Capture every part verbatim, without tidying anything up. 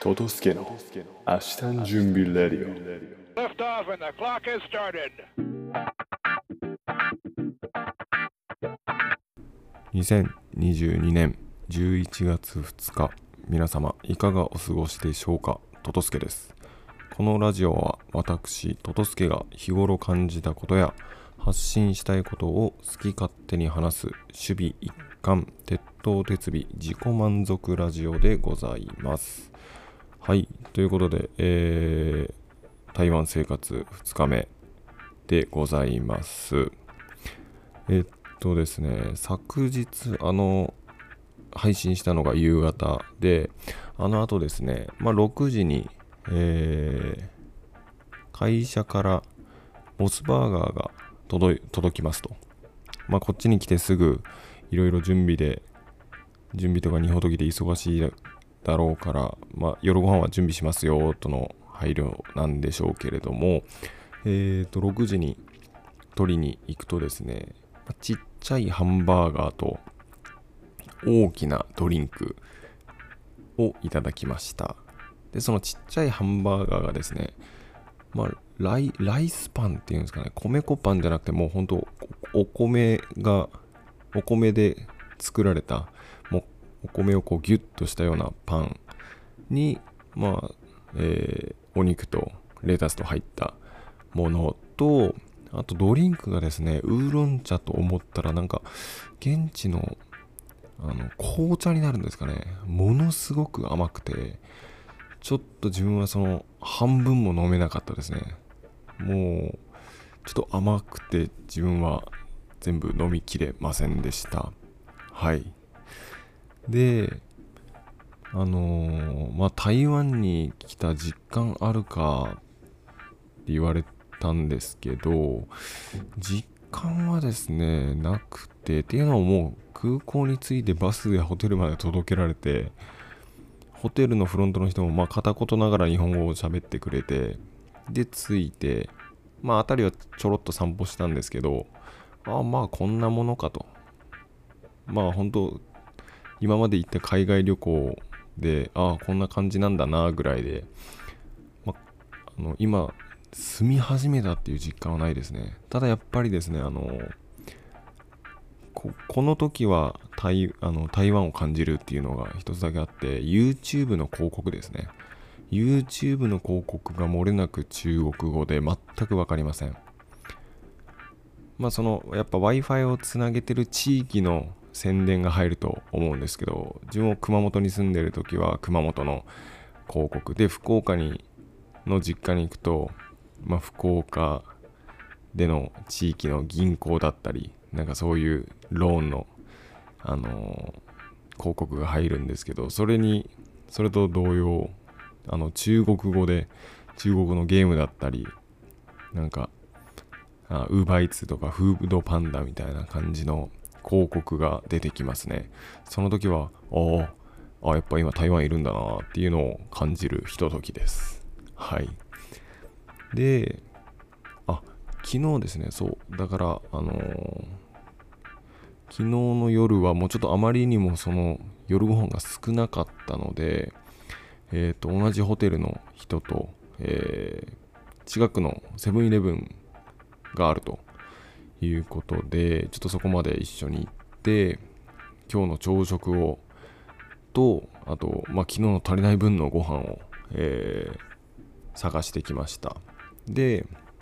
トトスケの明日の準備レディオ。 Lift off and the clock has started. にせんにじゅうにねんじゅういちがつふつか、皆様いかがお過ごしでしょうか。トトスケです。このラジオは私トトスケが日頃感じたことや発信したいことを好き勝手に話す守備一貫鉄頭鉄尾自己満足ラジオでございます。はい、ということで、えー、台湾生活ふつかめでございます。えっとですね、昨日あの配信したのが夕方で、あの後ですね、まあ、ろくじに、えー、会社からモスバーガーが届い届きますと。まあ、こっちに来てすぐいろいろ準備で準備とか荷ほどきで忙しいだろうから、まあ、夜ご飯は準備しますよとの配慮なんでしょうけれども、えーとろくじに取りに行くとですね、ちっちゃいハンバーガーと大きなドリンクをいただきました。で、そのちっちゃいハンバーガーがですね、まあ、ライ、ライスパンっていうんですかね、米粉パンじゃなくてもう本当お米がお米で作られた、もうお米をこうギュッとしたようなパンに、まあ、えー、お肉とレタスと入ったものと、あとドリンクがですね、ウーロン茶と思ったらなんか現地のあの紅茶になるんですかね。ものすごく甘くて、ちょっと自分はその半分も飲めなかったですね。もうちょっと甘くて自分は全部飲みきれませんでした。はい。で、あのー、まあ台湾に来た実感あるかって言われたんですけど、実感はですねなくて、っていうのはもう空港に着いてバスでホテルまで届けられて、ホテルのフロントの人もまあ片言ながら日本語を喋ってくれて、で着いて、まあ辺りはちょろっと散歩したんですけど、ああまあこんなものかと。まあ本当今まで行った海外旅行で、ああこんな感じなんだなぐらいで、まあ、あの今住み始めたっていう実感はないですね。ただやっぱりですね、あのこ, この時は 台, あの台湾を感じるっていうのが一つだけあって、 YouTube の広告ですね。 YouTube の広告が漏れなく中国語で全く分かりません。まあそのやっぱ Wi-Fi をつなげてる地域の宣伝が入ると思うんですけど、自分も熊本に住んでる時は熊本の広告で、福岡にの実家に行くと、まあ、福岡での地域の銀行だったり、なんかそういうローンの、あのー、広告が入るんですけど、それにそれと同様、あの中国語で中国のゲームだったり、なんかウーバーイーツとかフードパンダみたいな感じの広告が出てきますね。その時はああやっぱ今台湾いるんだなっていうのを感じるひとときです。はい。で、あ昨日ですね、そうだからあのー、昨日の夜はもうちょっとあまりにもその夜ご飯が少なかったので、えーと同じホテルの人と、えー、近くのセブンイレブンがあるということで、ちょっとそこまで一緒に行って、今日の朝食をと、あと、まあ、昨日の足りない分のご飯を、えー、探してきました。で、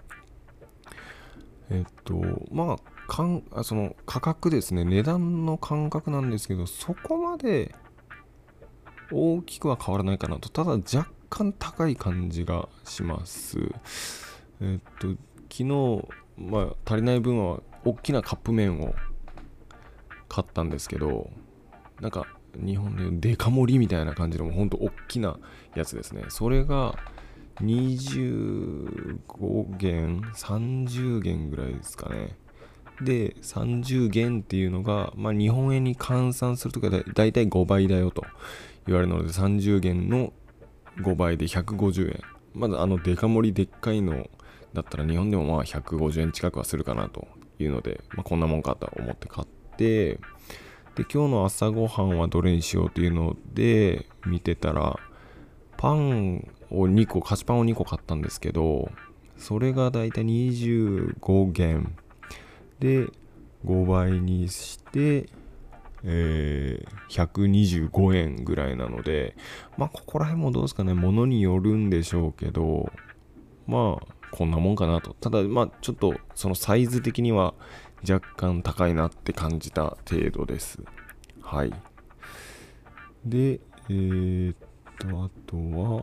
えっとまあかんあその価格ですね、値段の感覚なんですけど、そこまで大きくは変わらないかなと。ただ若干高い感じがします。えっと昨日、まあ、足りない分は大きなカップ麺を買ったんですけど、なんか日本でデカ盛りみたいな感じのほんと大きなやつですね。それがにじゅうご元さんじゅう元ぐらいですかね。でさんじゅう元っていうのが、まあ、日本円に換算するときはだいたいごばいだよと言われるので、さんじゅう元のごばいでひゃくごじゅうえん。まだあのデカ盛りでっかいのだったら日本でもまあひゃくごじゅうえん近くはするかなというので、まあ、こんなもんかと思って買って、で今日の朝ごはんはどれにしようというので見てたら、 パンをにこ、菓子パンをにこ買ったんですけど、それがだいたいにじゅうごげんでごばいにして、えー、ひゃくにじゅうごえんぐらいなので、まあここら辺もどうですかね、ものによるんでしょうけど、まあこんなもんかなと。ただまあちょっとそのサイズ的には若干高いなって感じた程度です。はい。で、えー、っとあとは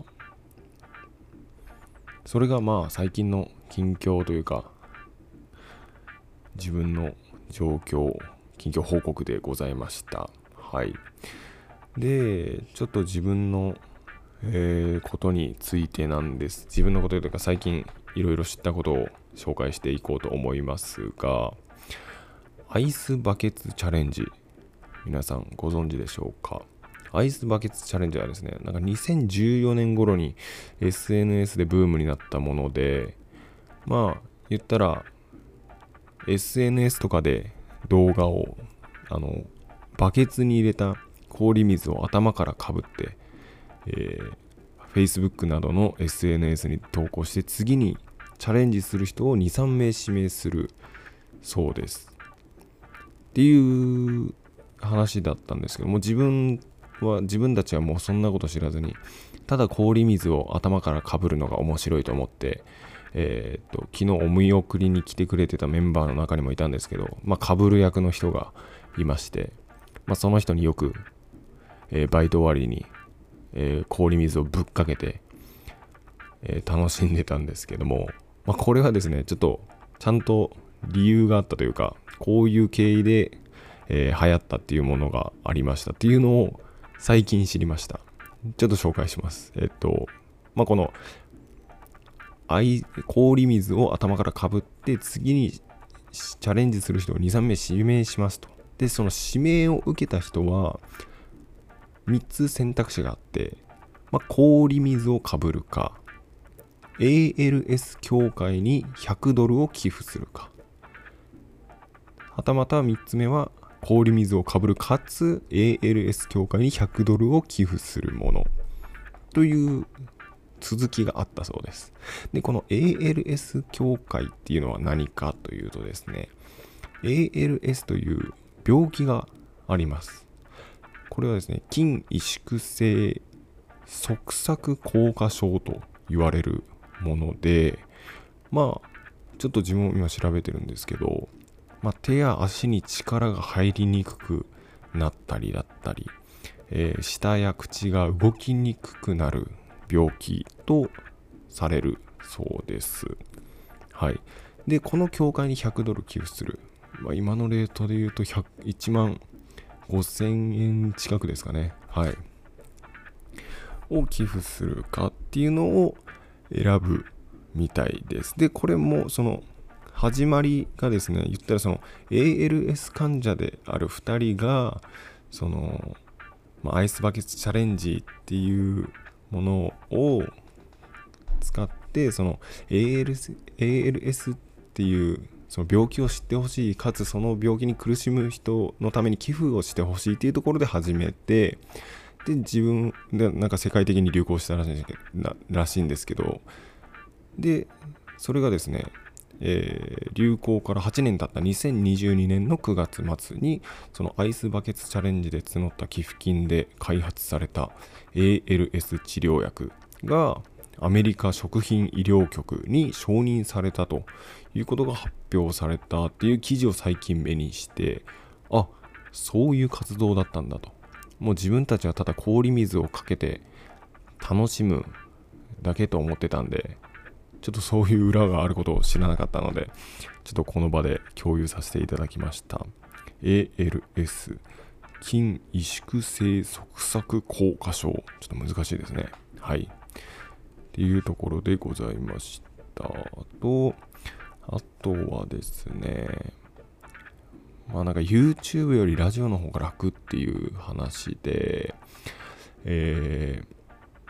それがまあ最近の近況というか自分の状況近況報告でございました。はい。でちょっと自分の、えー、ことについてなんです。自分のことというか最近いろいろ知ったことを紹介していこうと思いますが、アイスバケツチャレンジ、皆さんご存知でしょうか。アイスバケツチャレンジはですね、なんかにせんじゅうよねん頃に エスエヌエス でブームになったもので、まあ言ったら エスエヌエス とかで動画をあのバケツに入れた氷水を頭からかぶって、えー、Facebook などの エスエヌエス に投稿して次にチャレンジする人をに、さんめい指名するそうです。っていう話だったんですけども、自分は自分たちはもうそんなこと知らずに、ただ氷水を頭からかぶるのが面白いと思って、えー、っと昨日お見送りに来てくれてたメンバーの中にもいたんですけど、まあかぶる役の人がいまして、まあ、その人によく、えー、バイト終わりに、えー、氷水をぶっかけて、えー、楽しんでたんですけども、まあ、これはですねちょっとちゃんと理由があったというか、こういう経緯で、えー、流行ったっていうものがありましたっていうのを最近知りました。ちょっと紹介します。えっとまあこのアイ氷水を頭からかぶって次にチャレンジする人をに、さんめい指名しますと。でその指名を受けた人はみっつ選択肢があって、まあ、氷水をかぶるか エーエルエス 協会にひゃくドルを寄付するか、はたまたみっつめは氷水をかぶるかつ エーエルエス 協会にひゃくドルを寄付するものという続きがあったそうです。でこの エーエルエス 協会っていうのは何かというとですね、 エーエルエス という病気があります。これはですね、筋萎縮性側索硬化症と言われるもので、まあちょっと自分も今調べてるんですけど、まあ、手や足に力が入りにくくなったりだったり、えー、舌や口が動きにくくなる病気とされるそうです。はい。でこの協会にひゃくドル寄付する、まあ、今のレートで言うといちまんごせんえん近くですかね。はい。を寄付するかっていうのを選ぶみたいです。で、これもその始まりがですね、言ったらその エーエルエス 患者であるふたりがその、まあ、アイスバケツチャレンジっていうものを使ってその エーエルエス、エーエルエス っていうその病気を知ってほしい、かつその病気に苦しむ人のために寄付をしてほしいっていうところで始めて、で自分でなんか世界的に流行したらしいんですけど、らしいんですけど、でそれがですね、えー、流行からはちねん経ったにせんにじゅうにねんのくがつ末にそのアイスバケツチャレンジで募った寄付金で開発された エーエルエス 治療薬がアメリカ食品医療局に承認されたということが発表されたっていう記事を最近目にして、あ、そういう活動だったんだと。もう自分たちはただ氷水をかけて楽しむだけと思ってたんで、ちょっとそういう裏があることを知らなかったので、ちょっとこの場で共有させていただきました。 エーエルエス 筋萎縮性側索硬化症、ちょっと難しいですね。はい、っていうところでございましたと、あとはですね、まあなんか YouTube よりラジオの方が楽っていう話で、えー、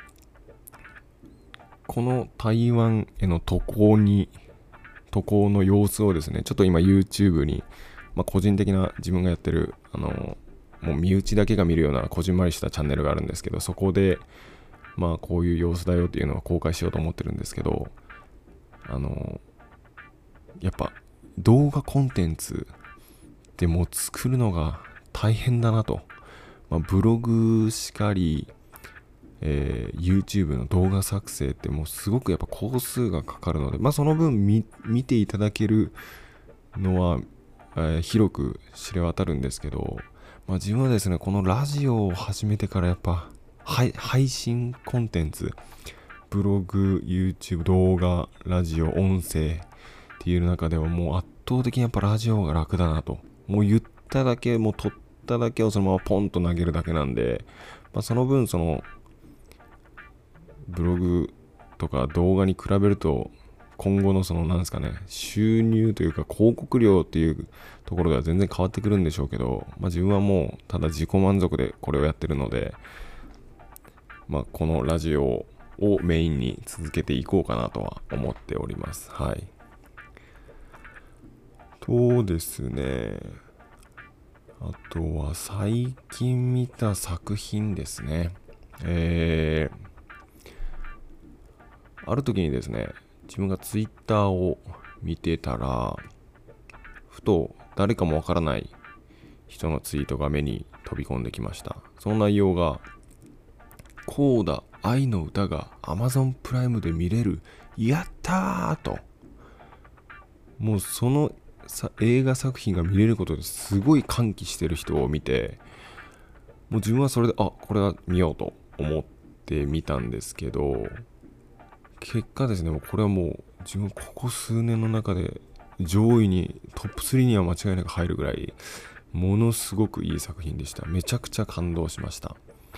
この台湾への渡航に渡航の様子をですね、ちょっと今 YouTube に、まあ、個人的な自分がやってるあのもう身内だけが見るようなこじんまりしたチャンネルがあるんですけど、そこでまあこういう様子だよっていうのは公開しようと思ってるんですけど、あのやっぱ動画コンテンツってもう作るのが大変だなと、まあ、ブログしかり、えー、YouTube の動画作成ってもうすごくやっぱ工数がかかるので、まあその分 見, 見ていただけるのは、えー、広く知れ渡るんですけど、まあ自分はですね、このラジオを始めてからやっぱ配信コンテンツ、ブログ、YouTube、動画、ラジオ、音声っていう中ではもう圧倒的にやっぱラジオが楽だなと。もう言っただけ、もう撮っただけをそのままポンと投げるだけなんで、まあ、その分そのブログとか動画に比べると今後のそのなんですかね、収入というか広告料っていうところでは全然変わってくるんでしょうけど、まあ、自分はもうただ自己満足でこれをやってるので、まあ、このラジオをメインに続けていこうかなとは思っております。はい。とですね、あとは最近見た作品ですね。えー、ある時にですね、自分がツイッターを見てたら、ふと誰かもわからない人のツイートが目に飛び込んできました。その内容が、コーダ愛の歌が Amazon プライムで見れる、やったーと。もうその映画作品が見れることですごい歓喜してる人を見て、もう自分はそれで、あ、これは見ようと思って見たんですけど、結果ですね、もうこれはもう自分ここ数年の中で上位にトップスリーには間違いなく入るぐらいものすごくいい作品でした。めちゃくちゃ感動しました。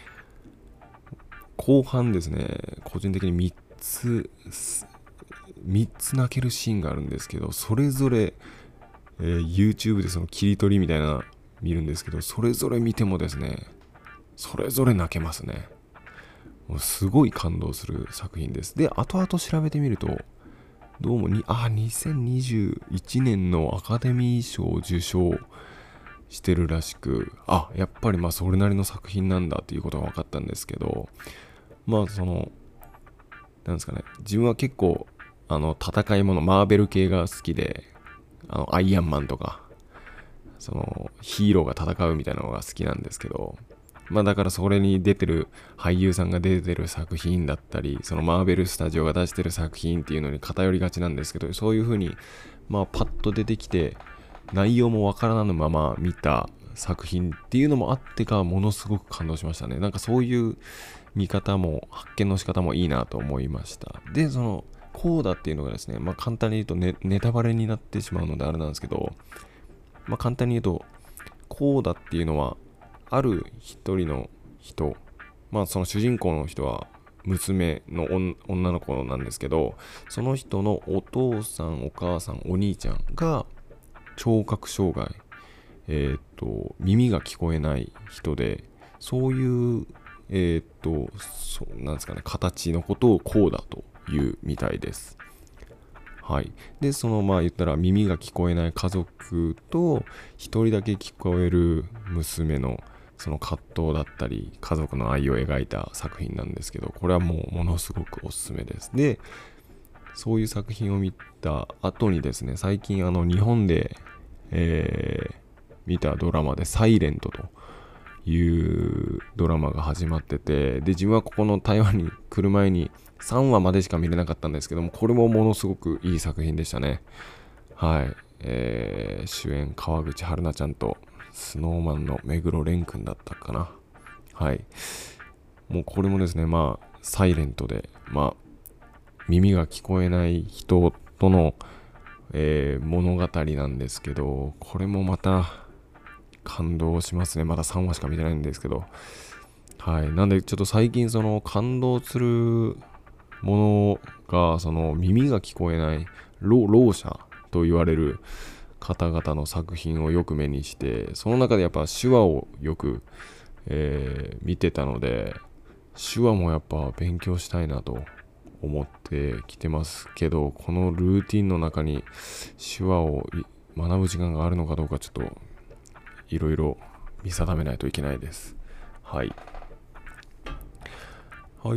後半ですね、個人的にみっつみっつ泣けるシーンがあるんですけど、それぞれ、えー、YouTube でその切り取りみたいな見るんですけど、それぞれ見てもですね、それぞれ泣けますね。もうすごい感動する作品です。で、後々調べてみると、どうもに、あ、にせんにじゅういちねんのアカデミー賞を受賞してるらしく、あ、やっぱりまあそれなりの作品なんだっていうことが分かったんですけど、まあその、なんですかね、自分は結構、あの、戦いもの、マーベル系が好きで、あの、アイアンマンとか、その、ヒーローが戦うみたいなのが好きなんですけど、まあだからそれに出てる俳優さんが出てる作品だったり、そのマーベルスタジオが出してる作品っていうのに偏りがちなんですけど、そういう風にまあパッと出てきて内容もわからぬまま見た作品っていうのもあってか、ものすごく感動しましたね。なんかそういう見方も発見の仕方もいいなと思いました。で、そのコーダっていうのがですね、まあ簡単に言うと ネ, ネタバレになってしまうのであれなんですけど、まあ簡単に言うとコーダっていうのはある一人の人、まあその主人公の人は娘の女の子なんですけど、その人のお父さん、お母さん、お兄ちゃんが聴覚障害、えっと耳が聞こえない人で、そういうえっとそうなんですかね、形のことをコーダというみたいです。はい。で、そのまあ言ったら耳が聞こえない家族と一人だけ聞こえる娘のその葛藤だったり家族の愛を描いた作品なんですけど、これはもうものすごくおすすめです。で、そういう作品を見た後にですね、最近あの日本で、えー、見たドラマでサイレントというドラマが始まってて、で自分はここの台湾に来る前にさんわまでしか見れなかったんですけども、これもものすごくいい作品でしたね。はい、えー、主演川口春奈ちゃんとスノーマンの目黒蓮くんだったかな。はい。もうこれもですね、まあ、サイレントで、まあ、耳が聞こえない人との、えー、物語なんですけど、これもまた感動しますね。まださんわしか見てないんですけど。はい。なんで、ちょっと最近、その、感動するものが、その、耳が聞こえない、ろろう者と言われる、方々の作品をよく目にして、その中でやっぱ手話をよく、えー、見てたので、手話もやっぱ勉強したいなと思ってきてますけど、このルーティンの中に手話を学ぶ時間があるのかどうか、ちょっといろいろ見定めないといけないです。はいはい。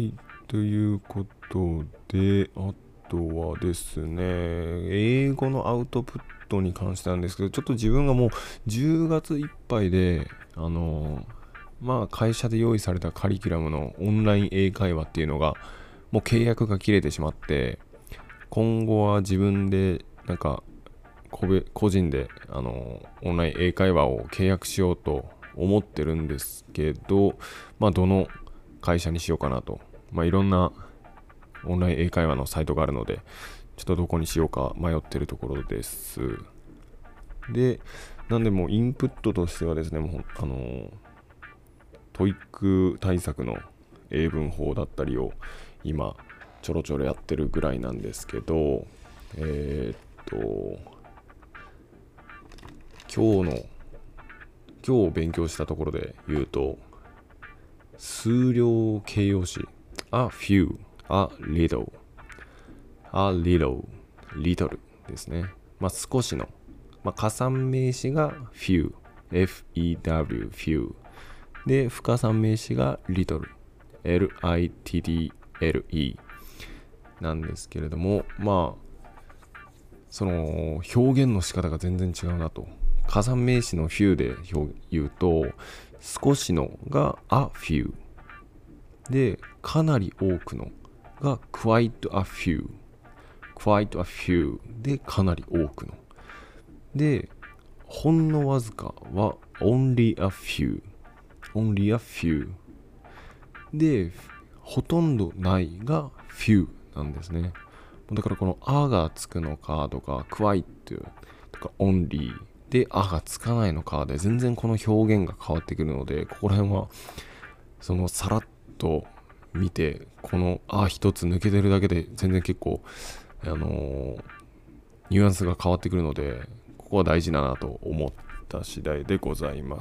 ということで、あとはですね、英語のアウトプットに関してなんですけど、ちょっと自分がもうじゅうがついっぱいで、あのまあ会社で用意されたカリキュラムのオンライン英会話っていうのがもう契約が切れてしまって、今後は自分でなんか個別個人であのオンライン英会話を契約しようと思ってるんですけど、まあどの会社にしようかなと、まあいろんなオンライン英会話のサイトがあるので、ちょっとどこにしようか迷ってるところです。で、なんでもうインプットとしてはですね、もうあのトイック対策の英文法だったりを今ちょろちょろやってるぐらいなんですけど、えー、っと今日の今日勉強したところで言うと、数量形容詞 a few, a little, a little, little ですね。まあ少しの、まあ、加算名詞が few, f e w, few で不加算名詞が little, l i t t l e なんですけれども、まあその表現の仕方が全然違うなと。加算名詞の few で言うと、少しのが a few で、かなり多くのが quite a few, quite a few でかなり多くので、ほんのわずかは only a few, only a few で、ほとんどないが few なんですね。だからこの a がつくのかとか quite とか only で a がつかないのかで全然この表現が変わってくるので、ここら辺はそのさらっと見て、この a 一つ抜けてるだけで全然結構あのー、ニュアンスが変わってくるので、ここは大事だなと思った次第でございます。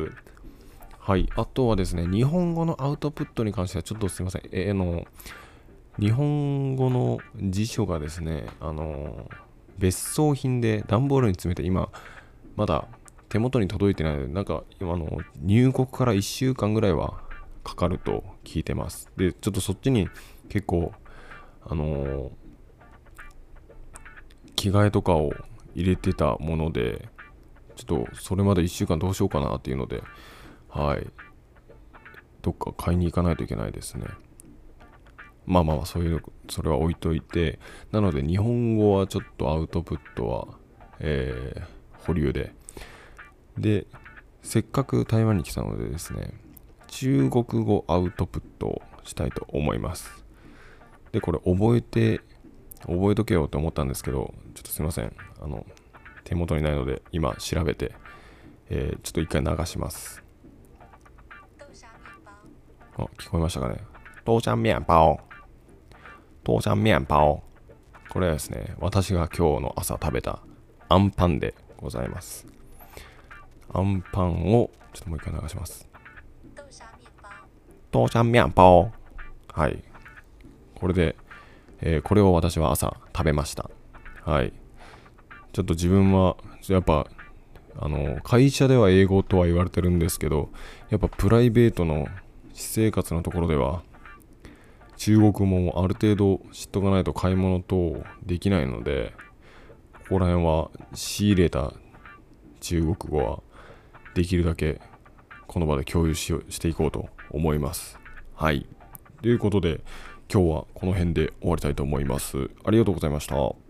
はい、あとはですね、日本語のアウトプットに関してはちょっとすいません、えー、の日本語の辞書がですね、あの別荘品で段ボールに詰めて今まだ手元に届いてないので、なんか今の入国からいっしゅうかんぐらいはかかると聞いてます。で、ちょっとそっちに結構あの着替えとかを入れてたもので、ちょっとそれまでいっしゅうかんどうしようかなっていうので、はい、どっか買いに行かないといけないですね。まあまあそういうの、それは置いといて、なので日本語はちょっとアウトプットは、えー、保留で、でせっかく台湾に来たのでですね、中国語アウトプットをしたいと思います。でこれ覚えて覚えとけよと思ったんですけど、ちょっとすいません、あの手元にないので今調べて、えー、ちょっと一回流します。あ、聞こえましたかね。豆漿面包、豆漿面包、これはですね、私が今日の朝食べたアンパンでございます。アンパンをちょっともう一回流します。豆漿面包、はい、これで、えー、これを私は朝食べました。はい、ちょっと自分はやっぱあの会社では英語とは言われてるんですけど、やっぱプライベートの私生活のところでは中国語もある程度知っとかないと買い物等できないので、ここら辺は仕入れた中国語はできるだけこの場で共有しようしていこうと思います。はい、ということで今日はこの辺で終わりたいと思います。ありがとうございました。